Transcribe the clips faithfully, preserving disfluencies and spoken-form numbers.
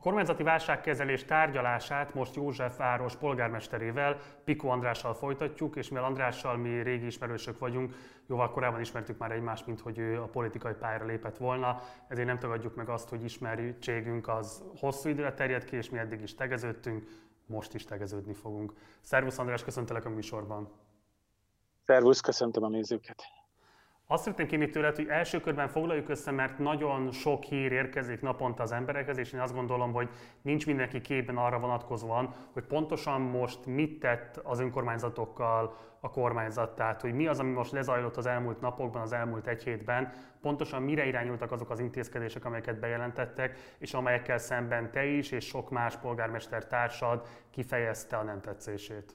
kormányzati válságkezelés tárgyalását most Józsefváros polgármesterével, Piko Andrással folytatjuk, és mivel Andrással mi régi ismerősök vagyunk, jóval korábban ismertük már egymást, mint hogy ő a politikai pályára lépett volna, ezért nem tagadjuk meg azt, hogy ismertségünk az hosszú időre terjed ki, és mi eddig is tegeződtünk, most is tegeződni fogunk. Szervusz András, köszöntelek a műsorban! Szervusz, köszöntöm a nézőket! Azt szeretném kérni tőled, hogy első körben foglaljuk össze, mert nagyon sok hír érkezik naponta az emberekhez, és én azt gondolom, hogy nincs mindenki képben arra vonatkozóan, hogy pontosan most mit tett az önkormányzatokkal a kormányzat, tehát hogy mi az, ami most lezajlott az elmúlt napokban, az elmúlt egy hétben, pontosan mire irányultak azok az intézkedések, amelyeket bejelentettek, és amelyekkel szemben te is és sok más polgármester társad kifejezte a nem tetszését.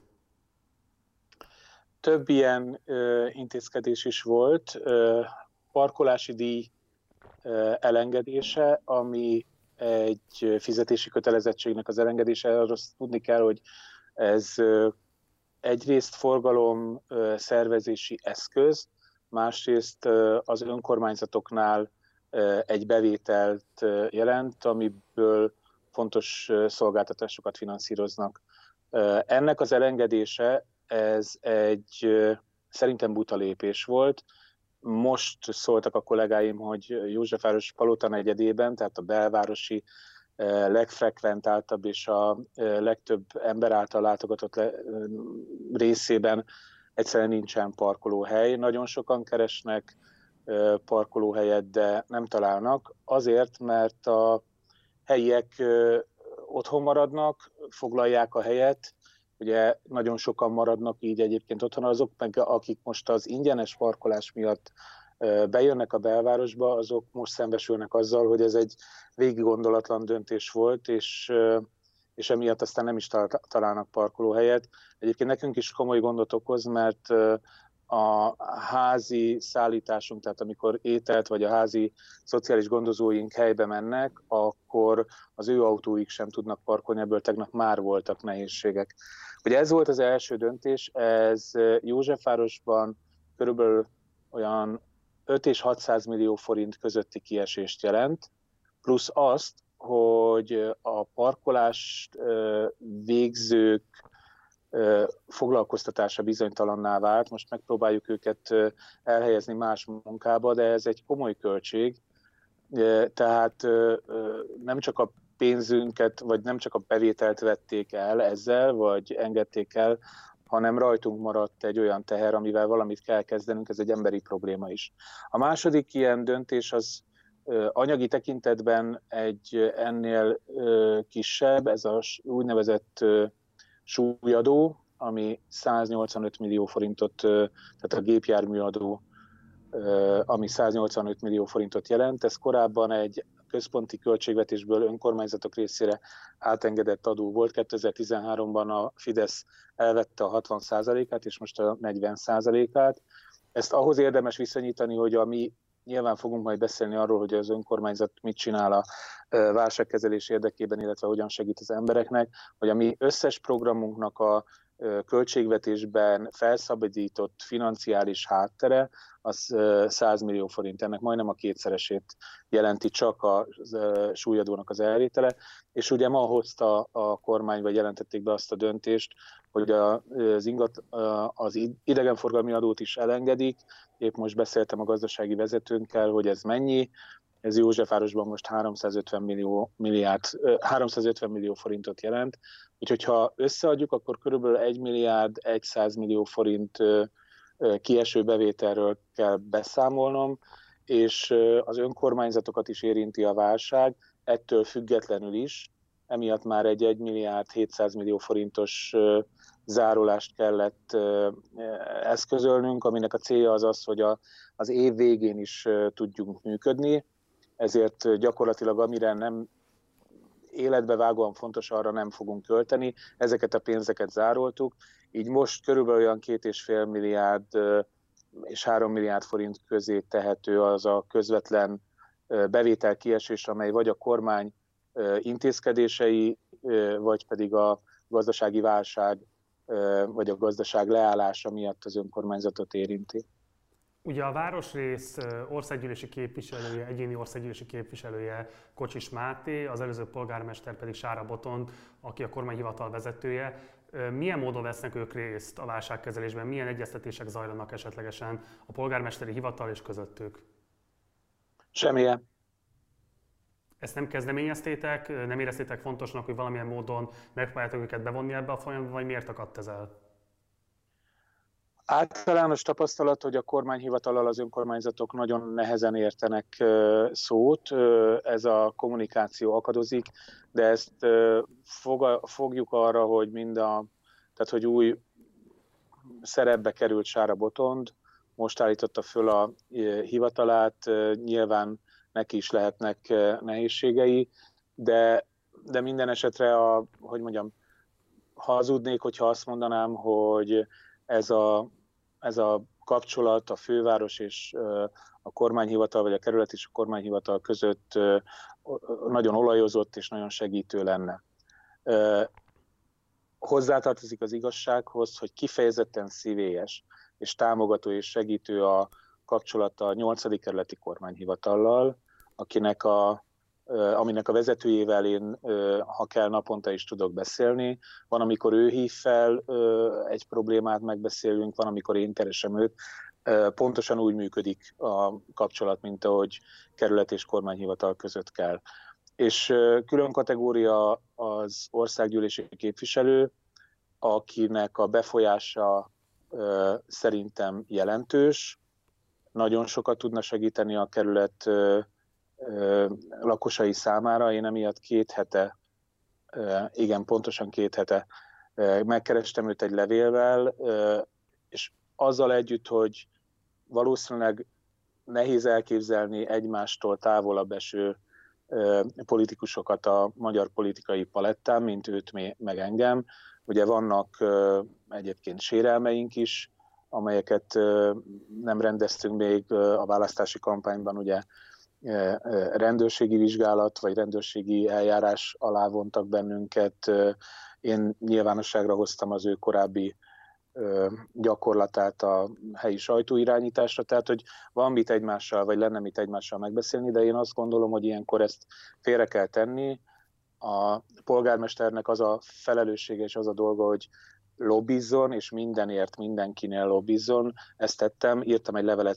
Több ilyen ö, intézkedés is volt. Ö, parkolási díj ö, elengedése, ami egy fizetési kötelezettségnek az elengedése. Arról tudni kell, hogy ez ö, egyrészt forgalom ö, szervezési eszköz, másrészt ö, az önkormányzatoknál ö, egy bevételt ö, jelent, amiből fontos ö, szolgáltatásokat finanszíroznak. Ö, ennek az elengedése ez egy szerintem buta lépés volt. Most szóltak a kollégáim, hogy Józsefváros Palota negyedében, tehát a belvárosi legfrekventáltabb és a legtöbb ember által látogatott részében egyszerűen nincsen parkolóhely. Nagyon sokan keresnek parkolóhelyet, de nem találnak. Azért, mert a helyiek otthon maradnak, foglalják a helyet. Ugye nagyon sokan maradnak így egyébként otthon, azok meg, akik most az ingyenes parkolás miatt bejönnek a belvárosba, azok most szembesülnek azzal, hogy ez egy végiggondolatlan döntés volt, és, és emiatt aztán nem is találnak parkolóhelyet. Egyébként nekünk is komoly gondot okoz, mert a házi szállításunk, tehát amikor ételt vagy a házi szociális gondozóink helybe mennek, akkor az ő autóik sem tudnak parkolni, ebből tegnap már voltak nehézségek. Ugye ez volt az első döntés, ez Józsefvárosban körülbelül olyan öt és hatszáz millió forint közötti kiesést jelent, plusz azt, hogy a parkolást végzők foglalkoztatása bizonytalanná vált. Most megpróbáljuk őket elhelyezni más munkába, de ez egy komoly költség. Tehát nem csak a pénzünket, vagy nem csak a bevételt vették el ezzel, vagy engedték el, hanem rajtunk maradt egy olyan teher, amivel valamit kell kezdenünk, ez egy emberi probléma is. A második ilyen döntés az anyagi tekintetben egy ennél kisebb, ez az úgynevezett súlyadó, ami száznyolcvanöt millió forintot, tehát a gépjárműadó, ami száznyolcvanöt millió forintot jelent. Ez korábban egy központi költségvetésből önkormányzatok részére átengedett adó volt. kétezer-tizenháromban a Fidesz elvette a hatvan százalékát, és most a negyven százalékát. Ezt ahhoz érdemes viszonyítani, hogy a mi nyilván fogunk majd beszélni arról, hogy az önkormányzat mit csinál a válságkezelés érdekében, illetve hogyan segít az embereknek, hogy a mi összes programunknak a költségvetésben felszabadított financiális háttere az száz millió forint, ennek majdnem a kétszeresét jelenti csak a súlyadónak az elvétele, és ugye ma hozta a kormány, vagy jelentették be azt a döntést, hogy az, ingat, az idegenforgalmi adót is elengedik. Épp most beszéltem a gazdasági vezetőnkkel, hogy ez mennyi. Ez Józsefvárosban most háromszázötven millió, milliárd, háromszázötven millió forintot jelent. Úgyhogy ha összeadjuk, akkor körülbelül egy milliárd száz millió forint kieső bevételről kell beszámolnom, és az önkormányzatokat is érinti a válság, ettől függetlenül is. Emiatt már egy egy milliárd hétszáz millió forintos zárulást kellett eszközölnünk, aminek a célja az az, hogy a, az év végén is tudjunk működni. Ezért gyakorlatilag amire nem életbevágóan fontos, arra nem fogunk költeni. Ezeket a pénzeket zároltuk. Így most körülbelül olyan két és fél milliárd és három milliárd forint közé tehető az a közvetlen bevételkiesés, amely vagy a kormány intézkedései, vagy pedig a gazdasági válság, vagy a gazdaság leállása miatt az önkormányzatot érinti. Ugye a városrész országgyűlési képviselője, egyéni országgyűlési képviselője Kocsis Máté, az előző polgármester pedig Sára Botond, aki a kormányhivatal vezetője. Milyen módon vesznek ők részt a válságkezelésben? Milyen egyeztetések zajlanak esetlegesen a polgármesteri hivatal és közöttük? Semmilyen. Ezt nem kezdeményeztétek, nem éreztétek fontosnak, hogy valamilyen módon megpróbáljátok őket bevonni ebbe a folyamatba, vagy miért akadt ez el? Általános tapasztalat, hogy a kormányhivatallal az önkormányzatok nagyon nehezen értenek szót, ez a kommunikáció akadozik, de ezt fogjuk arra, hogy mind a, tehát hogy új szerepbe került Sára Botond, most állította föl a hivatalát, nyilván neki is lehetnek nehézségei, de, de minden esetre, a, hogy mondjam, hazudnék, hogyha azt mondanám, hogy ez a, ez a kapcsolat a főváros és a kormányhivatal, vagy a kerület és a kormányhivatal között nagyon olajozott és nagyon segítő lenne. Hozzátartozik az igazsághoz, hogy kifejezetten szívélyes és támogató és segítő a kapcsolata a nyolcadik kerületi kormányhivatallal, akinek a aminek a vezetőjével én, ha kell, naponta is tudok beszélni. Van, amikor ő hív fel, egy problémát megbeszélünk, van, amikor én keresem őt. Pontosan úgy működik a kapcsolat, mint ahogy kerület és kormányhivatal között kell. És külön kategória az országgyűlési képviselő, akinek a befolyása szerintem jelentős, nagyon sokat tudna segíteni a kerület lakosai számára. Én emiatt két hete, igen, pontosan két hete megkerestem őt egy levélvel, és azzal együtt, hogy valószínűleg nehéz elképzelni egymástól távolabb eső politikusokat a magyar politikai palettán, mint őt meg engem. Ugye vannak egyébként sérelmeink is, amelyeket nem rendeztünk még a választási kampányban, ugye rendőrségi vizsgálat vagy rendőrségi eljárás alá vontak bennünket. Én nyilvánosságra hoztam az ő korábbi gyakorlatát a helyi sajtóirányításra, tehát hogy van mit egymással, vagy lenne mit egymással megbeszélni, de én azt gondolom, hogy ilyenkor ezt félre kell tenni. A polgármesternek az a felelőssége és az a dolga, hogy lobbizzon, és mindenért mindenkinél lobbizzon. Ezt tettem, írtam egy levelet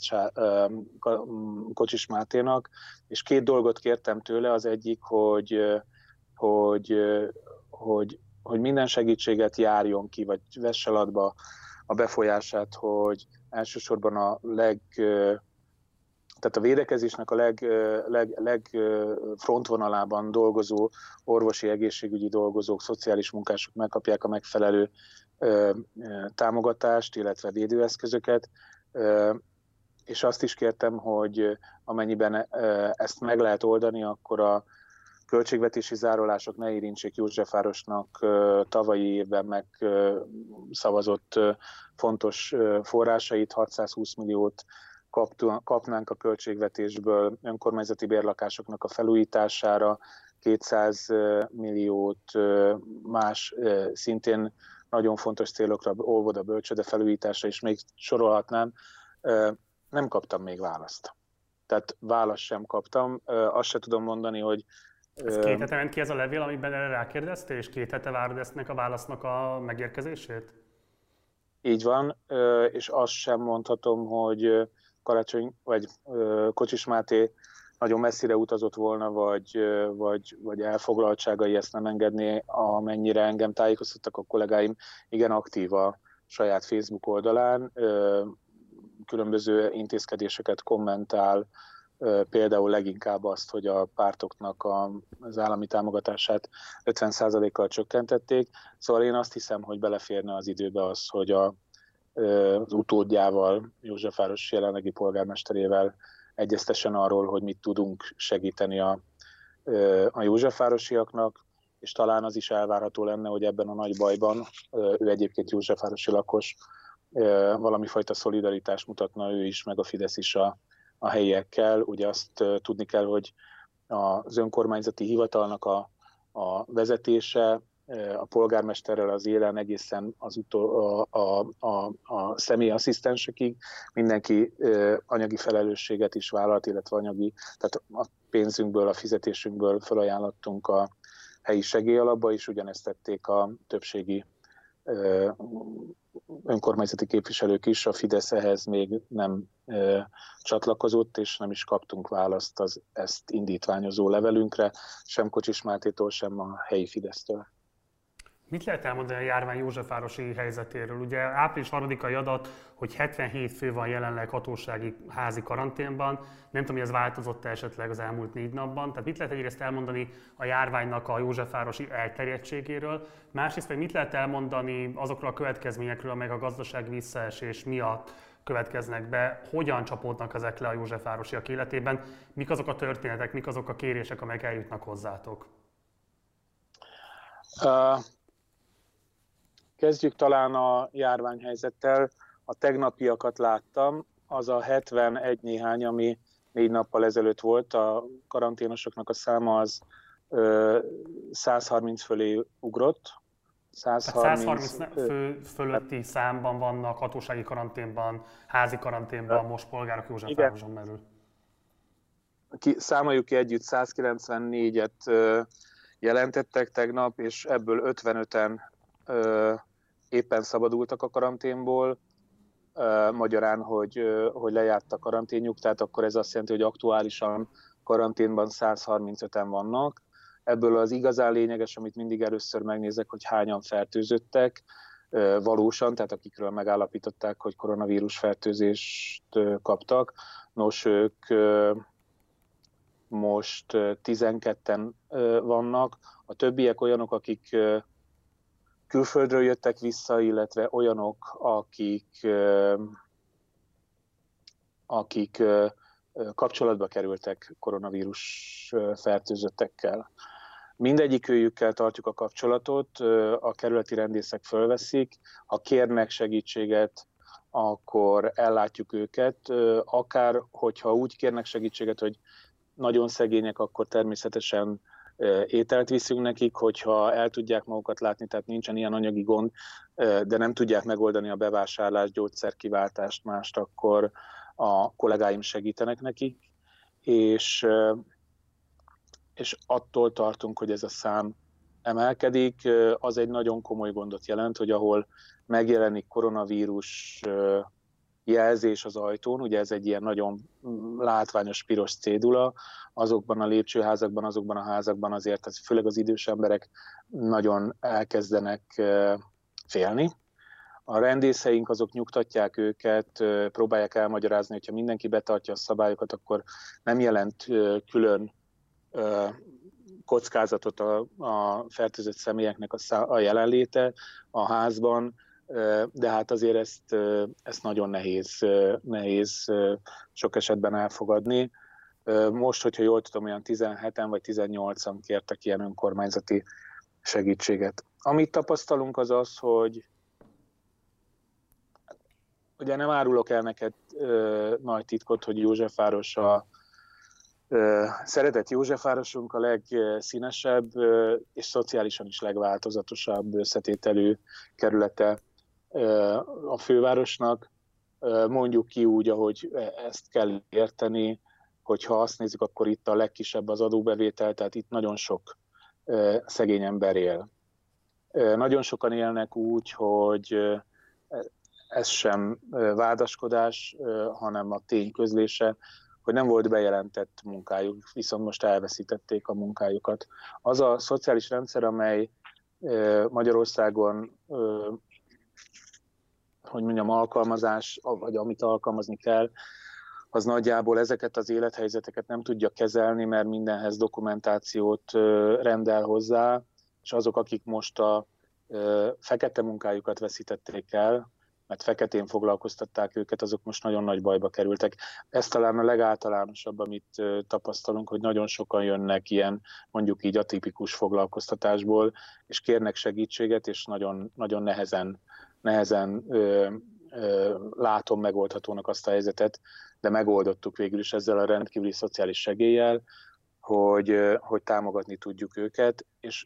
Kocsis Máténak, és két dolgot kértem tőle. Az egyik, hogy, hogy, hogy, hogy minden segítséget járjon ki, vagy vesse latba a befolyását, hogy elsősorban a leg... tehát a védekezésnek a leg, leg, leg frontvonalában dolgozó orvosi, egészségügyi dolgozók, szociális munkások megkapják a megfelelő támogatást, illetve védőeszközöket, és azt is kértem, hogy amennyiben ezt meg lehet oldani, akkor a költségvetési zárolások ne érintsék Józsefvárosnak tavalyi évben megszavazott fontos forrásait, hatszázhúsz milliót kapnánk a költségvetésből önkormányzati bérlakásoknak a felújítására, kétszáz milliót más szintén nagyon fontos célokra, óvoda, bölcsőde felújításra, és még sorolhatnám. Nem kaptam még választ. Tehát választ sem kaptam. Azt se tudom mondani, hogy... Ez két hete ment ki ez a levél, amiben erre rákérdeztél, és két hete várod eztnek a válasznak a megérkezését? Így van, és azt sem mondhatom, hogy Karácsony vagy Kocsis Máté nagyon messzire utazott volna, vagy, vagy, vagy elfoglaltságai ezt nem engedné, amennyire engem tájékoztattak a kollégáim, igen aktív a saját Facebook oldalán, különböző intézkedéseket kommentál, például leginkább azt, hogy a pártoknak az állami támogatását ötven százalékkal csökkentették. Szóval én azt hiszem, hogy beleférne az időbe az, hogy a, az utódjával, Józsefváros jelenlegi polgármesterével egyeztessen arról, hogy mit tudunk segíteni a, a józsefvárosiaknak, és talán az is elvárható lenne, hogy ebben a nagy bajban, ő egyébként józsefvárosi lakos, valami fajta szolidaritást mutatna ő is, meg a Fidesz is a, a helyiekkel. Ugye azt tudni kell, hogy az önkormányzati hivatalnak a, a vezetése a polgármesterrel az élen egészen az utol, a, a, a, a személyasszisztensekig mindenki anyagi felelősséget is vállalt, illetve anyagi, tehát a pénzünkből, a fizetésünkből felajánlottunk a helyi segélyalapba, és ugyanezt tették a többségi önkormányzati képviselők is. A Fidesz ehhez még nem csatlakozott, és nem is kaptunk választ az ezt indítványozó levelünkre, sem Kocsis Mátétól, sem a helyi Fidesztől. Mit lehet elmondani a járvány józsefvárosi helyzetéről? Ugye április harmadikai adat, hogy hetvenhét fő van jelenleg hatósági házi karanténban. Nem tudom, hogy ez változott esetleg az elmúlt négy napban. Tehát mit lehet egyrészt elmondani a járványnak a józsefvárosi elterjedtségéről? Másrészt pedig mit lehet elmondani azokról a következményekről, amelyek a gazdasági visszaesés miatt következnek be? Hogyan csapódnak ezek le a józsefvárosiak életében? Mik azok a történetek, mik azok a kérések, amelyek eljutnak hozzátok? Uh... Kezdjük talán a járványhelyzettel. A tegnapiakat láttam, az a hetvenegy néhány, ami négy nappal ezelőtt volt, a karanténosoknak a száma az ö, száz harminc fölé ugrott. száz harminc fő fölötti számban vannak hatósági karanténban, házi karanténban most polgárok Józsefvároson belül. Ki, számoljuk ki együtt, száz kilencvennégyet ö, jelentettek tegnap, és ebből ötvenöten Ö, éppen szabadultak a karanténból, ö, magyarán, hogy, ö, hogy lejárt a karanténjuk, tehát akkor ez azt jelenti, hogy aktuálisan karanténban száz harmincöten vannak. Ebből az igazán lényeges, amit mindig először megnézek, hogy hányan fertőzöttek ö, valósan, tehát akikről megállapították, hogy koronavírus fertőzést ö, kaptak. Nos, ők ö, most tizenketten ö, vannak, a többiek olyanok, akik ö, külföldről jöttek vissza, illetve olyanok, akik, akik kapcsolatba kerültek koronavírus fertőzöttekkel. Mindegyik őjükkel tartjuk a kapcsolatot, a kerületi rendészek fölveszik, ha kérnek segítséget, akkor ellátjuk őket, akár hogyha úgy kérnek segítséget, hogy nagyon szegények, akkor természetesen ételt viszünk nekik, hogyha el tudják magukat látni, tehát nincsen ilyen anyagi gond, de nem tudják megoldani a bevásárlást, gyógyszerkiváltást, mást, akkor a kollégáim segítenek nekik, és, és attól tartunk, hogy ez a szám emelkedik, az egy nagyon komoly gondot jelent, hogy ahol megjelenik koronavírus jelzés az ajtón, ugye ez egy ilyen nagyon látványos piros cédula, azokban a lépcsőházakban, azokban a házakban azért, az, főleg az idős emberek nagyon elkezdenek félni. A rendészeink azok nyugtatják őket, próbálják elmagyarázni, hogyha mindenki betartja a szabályokat, akkor nem jelent külön kockázatot a, a fertőzött személyeknek a, szá- a jelenléte a házban, de hát azért ezt, ezt nagyon nehéz, nehéz sok esetben elfogadni. Most, hogyha jól tudom, olyan tizenheten vagy tizennyolcan kértek ilyen önkormányzati segítséget. Amit tapasztalunk az az, hogy ugye nem árulok el neked nagy titkot, hogy Józsefváros a szeretett Józsefvárosunk, a legszínesebb és szociálisan is legváltozatosabb összetételű kerülete a fővárosnak. Mondjuk ki úgy, ahogy ezt kell érteni, hogyha azt nézzük, akkor itt a legkisebb az adóbevétel, tehát itt nagyon sok szegény ember él. Nagyon sokan élnek úgy, hogy ez sem vádaskodás, hanem a tény közlése, hogy nem volt bejelentett munkájuk, viszont most elveszítették a munkájukat. Az a szociális rendszer, amely Magyarországon, hogy mondjam, alkalmazás, vagy amit alkalmazni kell, az nagyjából ezeket az élethelyzeteket nem tudja kezelni, mert mindenhez dokumentációt rendel hozzá, és azok, akik most a fekete munkájukat veszítették el, mert feketén foglalkoztatták őket, azok most nagyon nagy bajba kerültek. Ez talán a legáltalánosabb, amit tapasztalunk, hogy nagyon sokan jönnek ilyen, mondjuk így atipikus foglalkoztatásból, és kérnek segítséget, és nagyon, nagyon nehezen, nehezen ö, ö, látom megoldhatónak azt a helyzetet, de megoldottuk végül is ezzel a rendkívüli szociális segéllyel, hogy, hogy támogatni tudjuk őket, és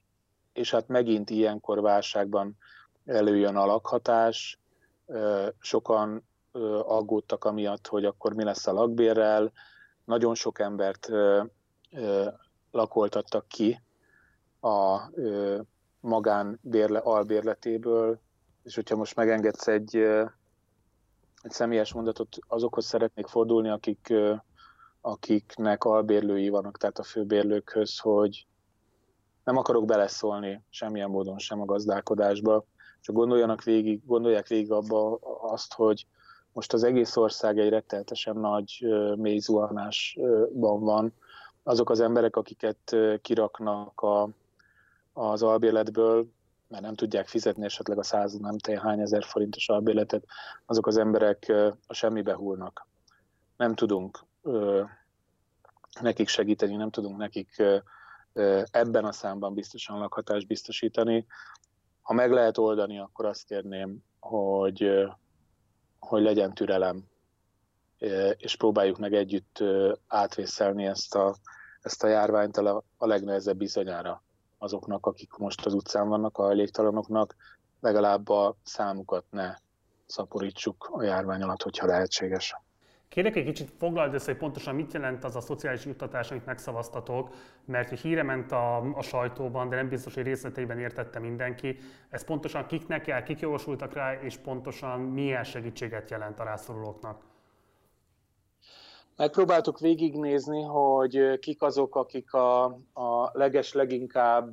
és hát megint ilyenkor válságban előjön a lakhatás. Sokan aggódtak amiatt, hogy akkor mi lesz a lakbérrel. Nagyon sok embert lakoltattak ki a magán albérletéből, és hogyha most megengedsz egy, egy személyes mondatot, azokhoz szeretnék fordulni, akik, akiknek albérlői vannak, tehát a főbérlőkhöz, hogy nem akarok beleszólni semmilyen módon sem a gazdálkodásba, csak gondoljanak végig, gondolják végig abba azt, hogy most az egész ország egy rettenetesen nagy mély zuhanásban van. Azok az emberek, akiket kiraknak a, az albérletből, mert nem tudják fizetni esetleg a száz nem teljesen hány ezer forintos albérletet, azok az emberek a semmibe hullnak. Nem tudunk ö, nekik segíteni, nem tudunk nekik ö, ebben a számban biztosan lakhatást biztosítani. Ha meg lehet oldani, akkor azt kérném, hogy, hogy legyen türelem, és próbáljuk meg együtt átvészelni ezt a, ezt a járványt a, a legnehezebb bizonyára azoknak, akik most az utcán vannak, a hajléktalanoknak, legalább a számukat ne szaporítsuk a járvány alatt, hogyha lehetséges. Kérlek, egy kicsit foglald össze, hogy pontosan mit jelent az a szociális juttatás, amit megszavaztatok, mert hogy híre ment a, a sajtóban, de nem biztos, hogy részleteiben értette mindenki. Ez pontosan kiknek kell, kik jogosultak rá, és pontosan milyen segítséget jelent a rászorulóknak? Megpróbáltuk végignézni, hogy kik azok, akik a, a leges leginkább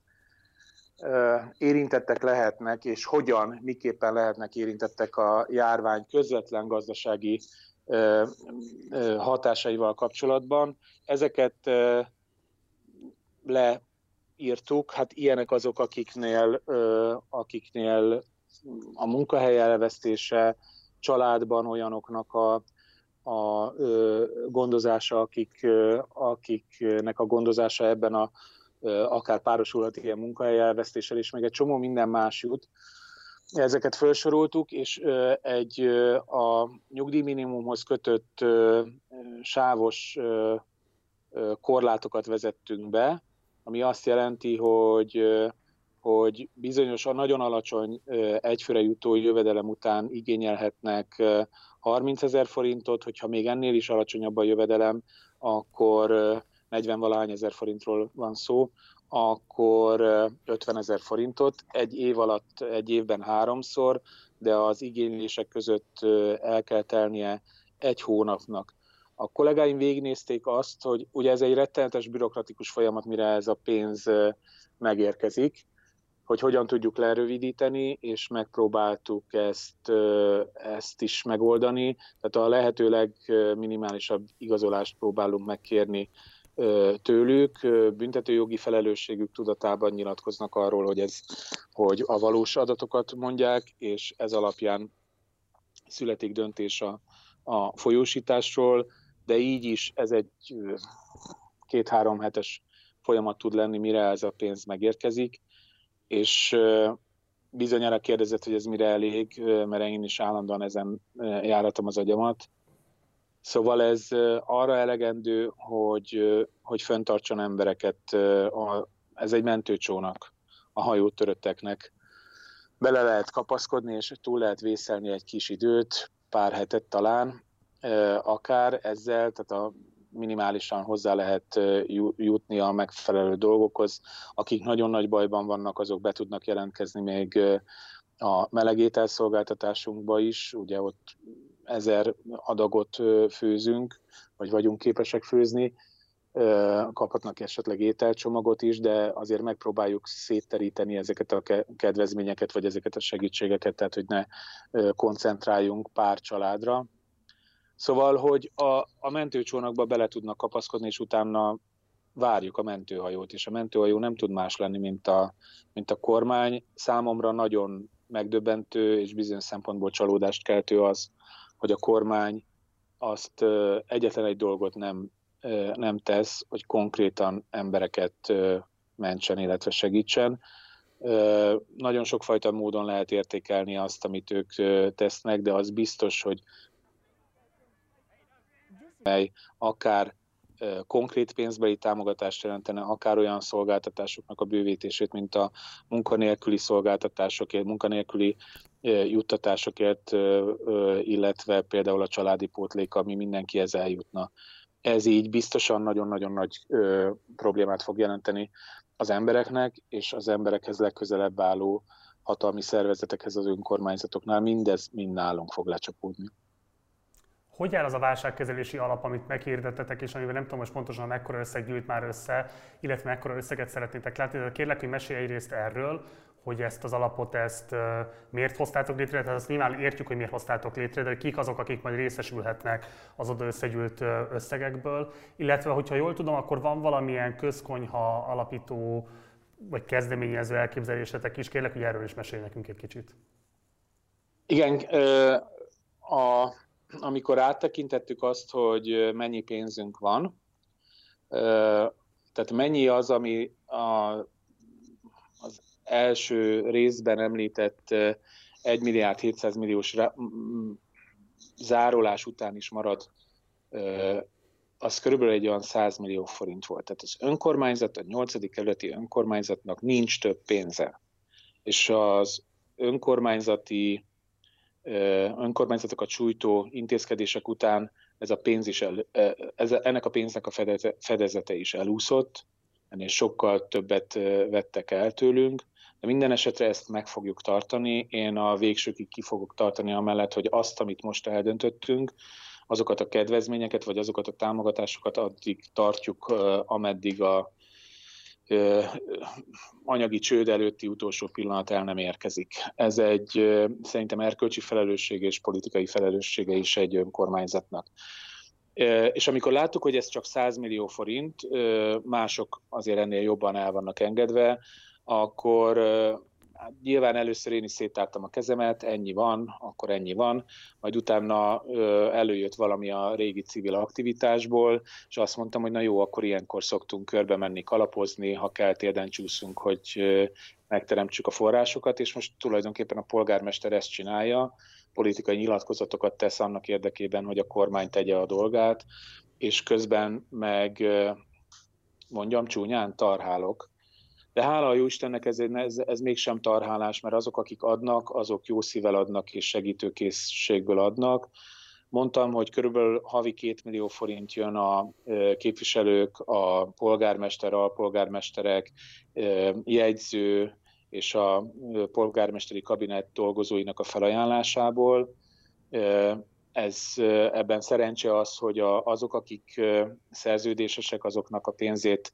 érintettek lehetnek, és hogyan, miképpen lehetnek érintettek a járvány közvetlen gazdasági hatásaival kapcsolatban. Ezeket leírtuk, hát ilyenek azok, akiknél, akiknél a munkahely elvesztése, családban olyanoknak a, a gondozása, akik, akiknek a gondozása ebben a, akár párosulhat ilyen munkahely elvesztéssel, és még egy csomó minden más jut. Ezeket felsoroltuk, és egy a nyugdíjminimumhoz kötött sávos korlátokat vezettünk be, ami azt jelenti, hogy, hogy bizonyos a nagyon alacsony egyfőre jutó jövedelem után igényelhetnek harmincezer forintot, hogyha még ennél is alacsonyabb a jövedelem, akkor negyven-valahány ezer forintról van szó, akkor ötvenezer forintot, egy év alatt, egy évben háromszor, de az igénylések között el kell telnie egy hónapnak. A kollégáim végignézték azt, hogy ugye ez egy rettenetes bürokratikus folyamat, mire ez a pénz megérkezik, hogy hogyan tudjuk lerövidíteni, és megpróbáltuk ezt, ezt is megoldani. Tehát a lehető legminimálisabb igazolást próbálunk megkérni tőlük, büntetőjogi felelősségük tudatában nyilatkoznak arról, hogy, ez, hogy a valós adatokat mondják, és ez alapján születik döntés a, a folyósításról, de így is ez egy két-három hetes folyamat tud lenni, mire ez a pénz megérkezik, és bizonyára kérdezett, hogy ez mire elég, mert én is állandóan ezen járatom az agyamat. Szóval ez arra elegendő, hogy, hogy fenntartson embereket, ez egy mentőcsónak a hajótörötteknek. Bele lehet kapaszkodni, és túl lehet vészelni egy kis időt, pár hetet talán, akár ezzel, tehát a minimálisan hozzá lehet jutni a megfelelő dolgokhoz. Akik nagyon nagy bajban vannak, azok be tudnak jelentkezni még a melegételszolgáltatásunkba is, ugye ott ezer adagot főzünk, vagy vagyunk képesek főzni, kaphatnak esetleg ételcsomagot is, de azért megpróbáljuk szétteríteni ezeket a kedvezményeket, vagy ezeket a segítségeket, tehát hogy ne koncentráljunk pár családra. Szóval, hogy a, a mentőcsónakba bele tudnak kapaszkodni, és utána várjuk a mentőhajót, és a mentőhajó nem tud más lenni, mint a, mint a kormány. Számomra nagyon megdöbbentő, és bizonyos szempontból csalódást keltő az, hogy a kormány azt egyetlen egy dolgot nem, nem tesz, hogy konkrétan embereket mentsen, illetve segítsen. Nagyon sokfajta módon lehet értékelni azt, amit ők tesznek, de az biztos, hogy akár konkrét pénzbeli támogatást jelentene, akár olyan szolgáltatásoknak a bővítését, mint a munkanélküli szolgáltatásokért, munkanélküli juttatásokért, illetve például a családi pótlék, ami mindenkihez eljutna. Ez így biztosan nagyon-nagyon nagy problémát fog jelenteni az embereknek, és az emberekhez legközelebb álló hatalmi szervezetekhez, az önkormányzatoknál. Mindez mind nálunk fog lecsapódni. Hogy áll az a válságkezelési alap, amit meghirdettetek, és amiben nem tudom most pontosan mekkora összeg gyűjt már össze, illetve mekkora összeget szeretnétek látni, de kérlek, hogy mesélj egyrészt erről, hogy ezt az alapot, ezt uh, miért hoztátok létre, tehát azt nyilván értjük, hogy miért hoztátok létre, de kik azok, akik majd részesülhetnek az oda összegyűlt uh, összegekből, illetve, hogyha jól tudom, akkor van valamilyen közkonyha alapító vagy kezdeményező elképzelésetek is, kérlek, hogy erről is mesélj nekünk egy kicsit. Igen, a, amikor áttekintettük azt, hogy mennyi pénzünk van, tehát mennyi az, ami a, az első részben említett egy milliárd hétszáz milliós zárolás után is marad, az körülbelül egy olyan száz millió forint volt. Tehát az önkormányzat, a nyolcadik kerületi önkormányzatnak nincs több pénze. És az önkormányzati, önkormányzatokat sújtó intézkedések után ez a pénz is el, ez, ennek a pénznek a fedezete is elúszott, ennél sokkal többet vettek el tőlünk, de minden esetre ezt meg fogjuk tartani. Én a végsőkig ki fogok tartani amellett, hogy azt, amit most eldöntöttünk, azokat a kedvezményeket, vagy azokat a támogatásokat addig tartjuk, ameddig a anyagi csőd előtti utolsó pillanat el nem érkezik. Ez egy szerintem erkölcsi felelőssége és politikai felelőssége is egy önkormányzatnak. És amikor láttuk, hogy ez csak száz millió forint, mások azért ennél jobban el vannak engedve, akkor hát nyilván először én is széttártam a kezemet, ennyi van, akkor ennyi van, majd utána előjött valami a régi civil aktivitásból, és azt mondtam, hogy na jó, akkor ilyenkor szoktunk körbe menni, kalapozni, ha kell térden csúszunk, hogy megteremtsük a forrásokat, és most tulajdonképpen a polgármester ezt csinálja, politikai nyilatkozatokat tesz annak érdekében, hogy a kormány tegye a dolgát, és közben meg, mondjam csúnyán, tarhálok. De hála a Jóistennek ez, ez, ez mégsem tarhálás, mert azok, akik adnak, azok jó szívvel adnak és segítőkészségből adnak. Mondtam, hogy körülbelül havi két millió forint jön a képviselők, a polgármester, alpolgármesterek, jegyző és a polgármesteri kabinett dolgozóinak a felajánlásából. Ez, ebben szerencse az, hogy azok, akik szerződésesek, azoknak a pénzét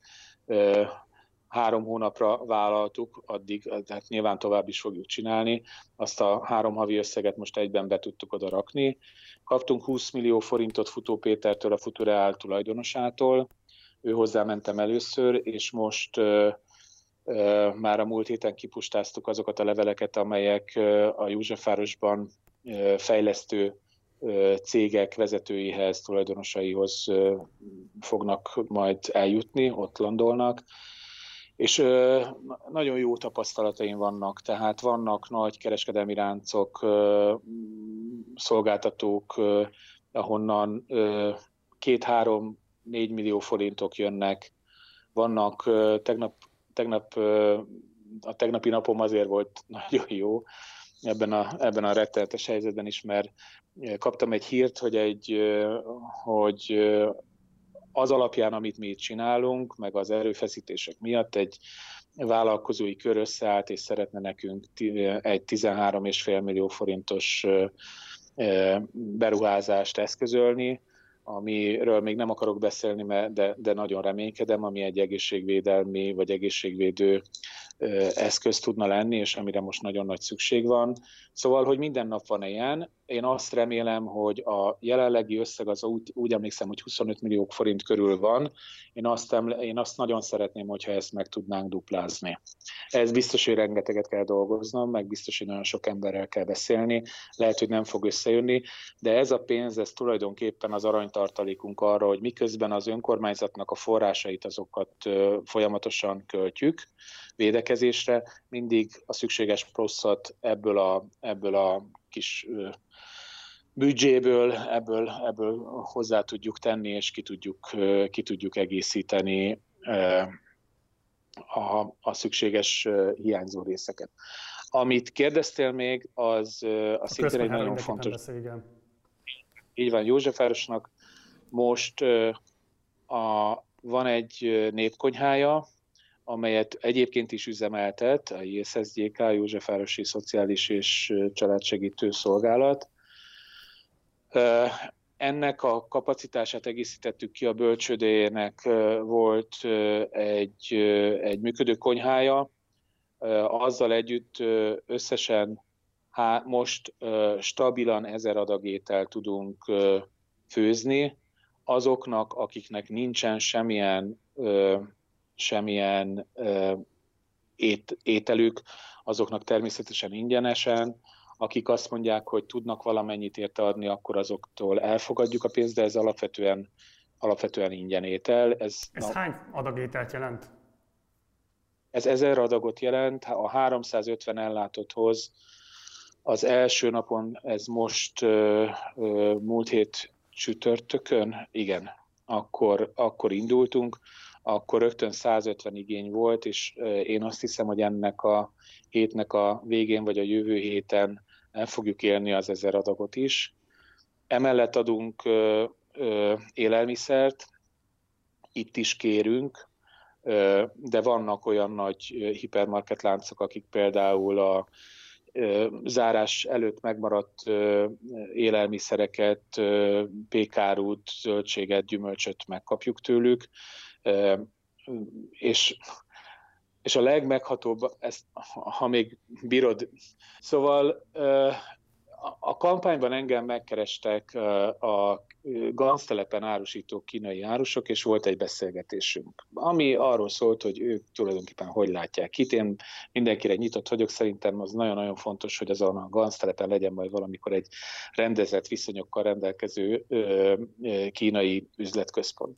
három hónapra vállaltuk, addig, tehát nyilván tovább is fogjuk csinálni. Azt a három havi összeget most egyben be tudtuk oda rakni. Kaptunk húsz millió forintot Futó Pétertől, a Futureál tulajdonosától. Ő hozzá mentem először, és most uh, uh, már a múlt héten kipustáztuk azokat a leveleket, amelyek uh, a Józsefvárosban uh, fejlesztő uh, cégek vezetőihez, tulajdonosaihoz uh, fognak majd eljutni, ott landolnak. És ö, nagyon jó tapasztalataim vannak, tehát vannak nagy kereskedelmi ráncok, ö, szolgáltatók, ö, ahonnan ö, két-három-négy millió forintok jönnek. Vannak ö, tegnap, tegnap ö, a tegnapi napom azért volt nagyon jó ebben a, ebben a rettenetes helyzetben is, mert kaptam egy hírt, hogy, egy, ö, hogy ö, az alapján, amit mi itt csinálunk, meg az erőfeszítések miatt egy vállalkozói kör összeállt, és szeretne nekünk egy tizenhárom egész öt millió forintos beruházást eszközölni, amiről még nem akarok beszélni, de, de nagyon reménykedem, ami egy egészségvédelmi vagy egészségvédő eszköz tudna lenni, és amire most nagyon nagy szükség van. Szóval, hogy minden nap van ilyen. Én azt remélem, hogy a jelenlegi összeg az úgy, úgy emlékszem, hogy huszonöt millió forint körül van. Én azt, emle- én azt nagyon szeretném, hogyha ezt meg tudnánk duplázni. Ez biztos, hogy rengeteget kell dolgoznom, meg biztos, hogy nagyon sok emberrel kell beszélni. Lehet, hogy nem fog összejönni, de ez a pénz, ez tulajdonképpen az aranytartalékunk arra, hogy miközben az önkormányzatnak a forrásait azokat folyamatosan költjük védekezésre, mindig a szükséges pluszat ebből a, ebből a kis büdzséből ebből, ebből hozzá tudjuk tenni, és ki tudjuk, ki tudjuk egészíteni a, a szükséges hiányzó részeket. Amit kérdeztél még, az, az szintén egy nagyon fontos. Beszél, igen. Így van, Józsefvárosnak most a, van egy népkonyhája, amelyet egyébként is üzemeltet, a i es es zé ká, Józsefvárosi Szociális és Családsegítő Szolgálat. Ennek a kapacitását egészítettük ki, a bölcsődének volt egy, egy működő konyhája, azzal együtt összesen há, most stabilan ezer adag ételt tudunk főzni, azoknak, akiknek nincsen semmilyen, semmilyen ét, ételük, azoknak természetesen ingyenesen. Akik azt mondják, hogy tudnak valamennyit érte adni, akkor azoktól elfogadjuk a pénzt, de ez alapvetően, alapvetően ingyen étel. Ez, ez na, hány adag ételt jelent? Ez ezer adagot jelent, a háromszázötven ellátotthoz az első napon, ez most uh, uh, múlt hét csütörtökön, igen, akkor, akkor indultunk, akkor rögtön százötven igény volt, és uh, én azt hiszem, hogy ennek a hétnek a végén, vagy a jövő héten el fogjuk élni az ezer adagot is. Emellett adunk uh, uh, élelmiszert, itt is kérünk, de vannak olyan nagy hipermarketláncok, akik például a zárás előtt megmaradt élelmiszereket, pékárút, zöldséget, gyümölcsöt megkapjuk tőlük, és, és a legmeghatóbb, ezt, ha még bírod, szóval a kampányban engem megkerestek a Ganztelepen árusító kínai árusok, és volt egy beszélgetésünk, ami arról szólt, hogy ők tulajdonképpen hogy látják itt. Én mindenkire nyitott vagyok, szerintem az nagyon-nagyon fontos, hogy azon a Ganztelepen legyen majd valamikor egy rendezett viszonyokkal rendelkező kínai üzletközpont.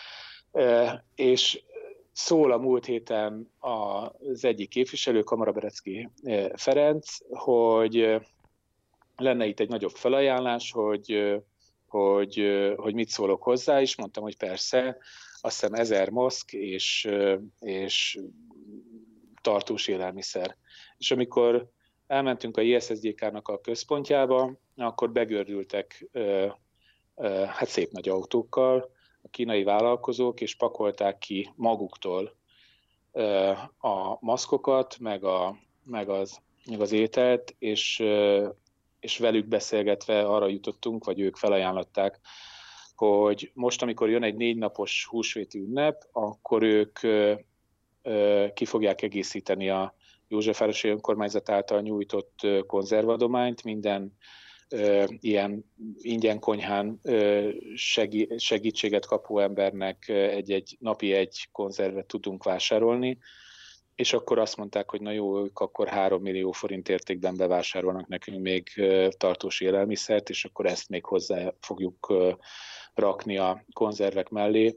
És szól a múlt héten az egyik képviselő, Kamaraberecki Ferenc, hogy lenne itt egy nagyobb felajánlás, hogy, hogy, hogy mit szólok hozzá, és mondtam, hogy persze, azt hiszem ezer maszk és, és tartós élelmiszer. És amikor elmentünk a i es es zé ká-nak a központjába, akkor begördültek hát szép nagy autókkal a kínai vállalkozók, és pakolták ki maguktól a maszkokat, meg, a, meg, az, meg az ételt, és és velük beszélgetve arra jutottunk, vagy ők felajánlották, hogy most, amikor jön egy négy napos húsvéti ünnep, akkor ők ki fogják egészíteni a Józsefvárosi Önkormányzat által nyújtott konzervadományt, minden ilyen ingyen konyhán segítséget kapó embernek egy-egy napi egy konzervet tudunk vásárolni, és akkor azt mondták, hogy na jó, ők akkor három millió forint értékben bevásárolnak nekünk még tartós élelmiszert, és akkor ezt még hozzá fogjuk rakni a konzervek mellé.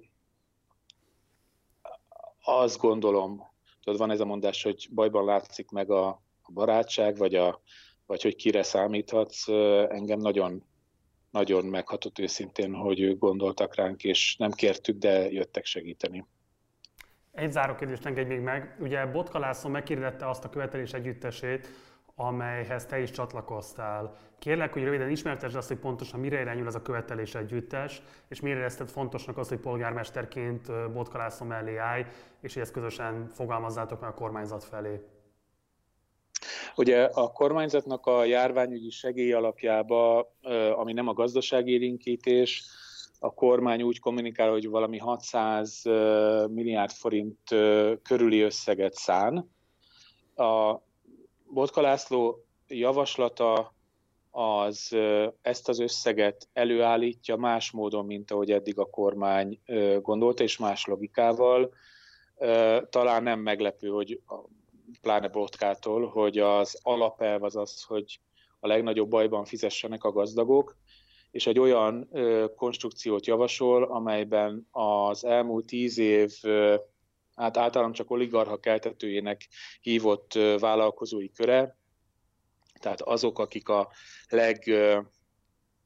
Azt gondolom, tudod, van ez a mondás, hogy bajban látszik meg a, a barátság, vagy, a, vagy hogy kire számíthatsz. Engem nagyon, nagyon meghatott őszintén, hogy ők gondoltak ránk, és nem kértük, de jöttek segíteni. Egy záró kérdést engedj még meg. Ugye Botka László megkérdette azt a követelés együttesét, amelyhez te is csatlakoztál. Kérlek, hogy röviden ismertesd azt, hogy pontosan mire irányul ez a követelés együttes, és mire érezted fontosnak azt, hogy polgármesterként Botka László mellé állj, és hogy ezt közösen fogalmazzátok meg a kormányzat felé. Ugye a kormányzatnak a járványügyi segély alapjába, ami nem a gazdaságélénkítés, a kormány úgy kommunikál, hogy valami hatszáz milliárd forint körüli összeget szán. A Botka László javaslata az ezt az összeget előállítja más módon, mint ahogy eddig a kormány gondolta, és más logikával. Talán nem meglepő, hogy pláne Botkától, hogy az alapelv az az, hogy a legnagyobb bajban fizessenek a gazdagok, és egy olyan ö, konstrukciót javasol, amelyben az elmúlt tíz év ö, hát általán csak oligarcha keltetőjének hívott ö, vállalkozói köre, tehát azok, akik a leg, ö,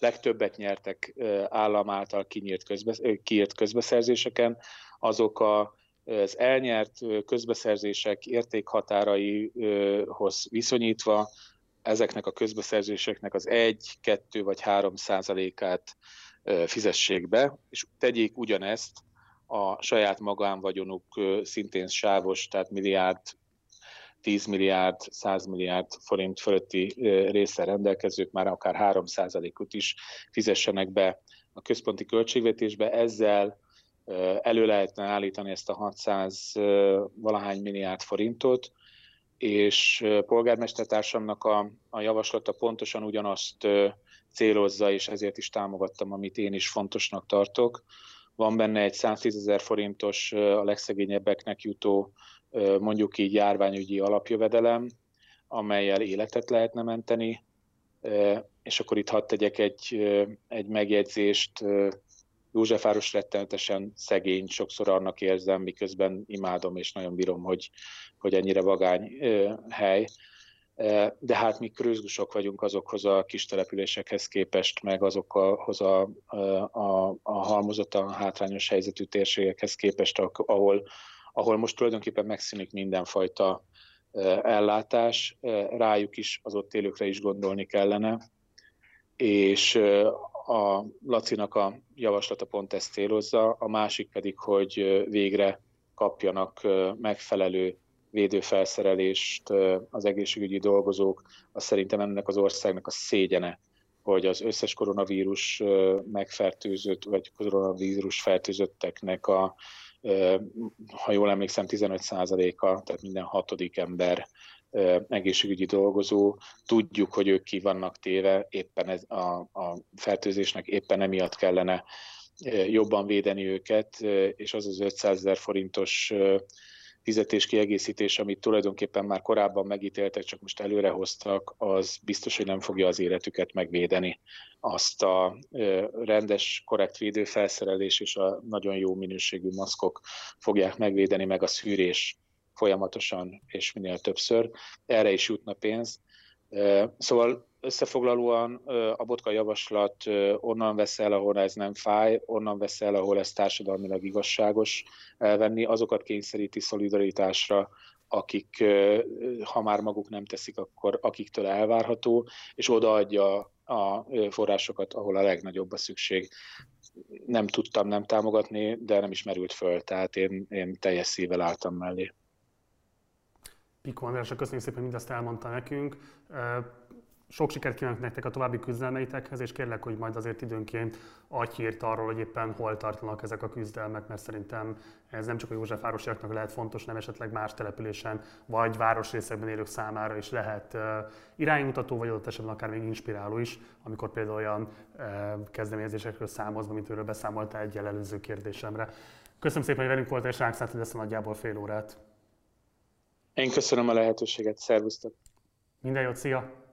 legtöbbet nyertek állam által kinyírt közbe, kiírt közbeszerzéseken, azok a, az elnyert közbeszerzések értékhatáraihoz viszonyítva ezeknek a közbeszerzéseknek az egy, kettő vagy három százalékát fizessék be, és tegyék ugyanezt a saját magánvagyonuk szintén sávos, tehát milliárd, tíz milliárd, száz milliárd forint fölötti résszel rendelkezők már akár három százalékot is fizessenek be a központi költségvetésbe. Ezzel elő lehetne állítani ezt a hatszáz valahány milliárd forintot, és polgármestertársamnak a, a javaslata pontosan ugyanazt célozza, és ezért is támogattam, amit én is fontosnak tartok. Van benne egy száztízezer forintos a legszegényebbeknek jutó, mondjuk így járványügyi alapjövedelem, amellyel életet lehetne menteni, és akkor itt hadd tegyek egy, egy megjegyzést. Józsefváros rettenetesen szegény, sokszor annak érzem, miközben imádom és nagyon bírom, hogy, hogy ennyire vagány hely. De hát mi krőzgusok vagyunk azokhoz a kis településekhez képest, meg azokhoz a, a, a halmozottan hátrányos helyzetű térségekhez képest, ahol, ahol most tulajdonképpen megszűnik mindenfajta ellátás, rájuk is, az ott élőkre is gondolni kellene. És a Lacinak a javaslata pont ezt célozza, a másik pedig, hogy végre kapjanak megfelelő védőfelszerelést az egészségügyi dolgozók. Azt szerintem ennek az országnak a szégyene, hogy az összes koronavírus megfertőzött, vagy koronavírus fertőzötteknek a, ha jól emlékszem, tizenöt százaléka, tehát minden hatodik ember egészségügyi dolgozó. Tudjuk, hogy ők ki vannak téve, éppen ez a, a fertőzésnek éppen emiatt kellene jobban védeni őket, és az az ötszázezer forintos fizetéskiegészítés, amit tulajdonképpen már korábban megítéltek, csak most előrehoztak, az biztos, hogy nem fogja az életüket megvédeni. Azt a rendes, korrekt védőfelszerelés és a nagyon jó minőségű maszkok fogják megvédeni, meg a szűrés folyamatosan és minél többször. Erre is jutna pénz. Szóval összefoglalóan a Botka javaslat onnan vesz el, ahol ez nem fáj, onnan vesz el, ahol ez társadalmilag igazságos elvenni, azokat kényszeríti szolidaritásra, akik, ha már maguk nem teszik, akkor akiktől elvárható, és odaadja a forrásokat, ahol a legnagyobb a szükség. Nem tudtam nem támogatni, de nem is merült föl, tehát én, én teljes szívvel álltam mellé. Piko Andrásnak köszönjük szépen, mindezt elmondta nekünk. Sok sikert kívánok nektek a további küzdelmeitekhez, és kérlek, hogy majd azért időnként adj hírt arról, hogy éppen hol tartanak ezek a küzdelmek, mert szerintem ez nem csak a józsefvárosiaknak lehet fontos, nem esetleg más településen vagy városrészekben élők számára is lehet iránymutató, vagy adott esetben akár még inspiráló is, amikor például olyan kezdeményezésekről számolsz, mint őről beszámoltál egy előző kérdésemre. Köszönöm szépen, hogy velünk voltál, és ránk szántad ezt a nagyjából fél órát. Én köszönöm a lehetőséget, szervusztok! Minden jót, szia!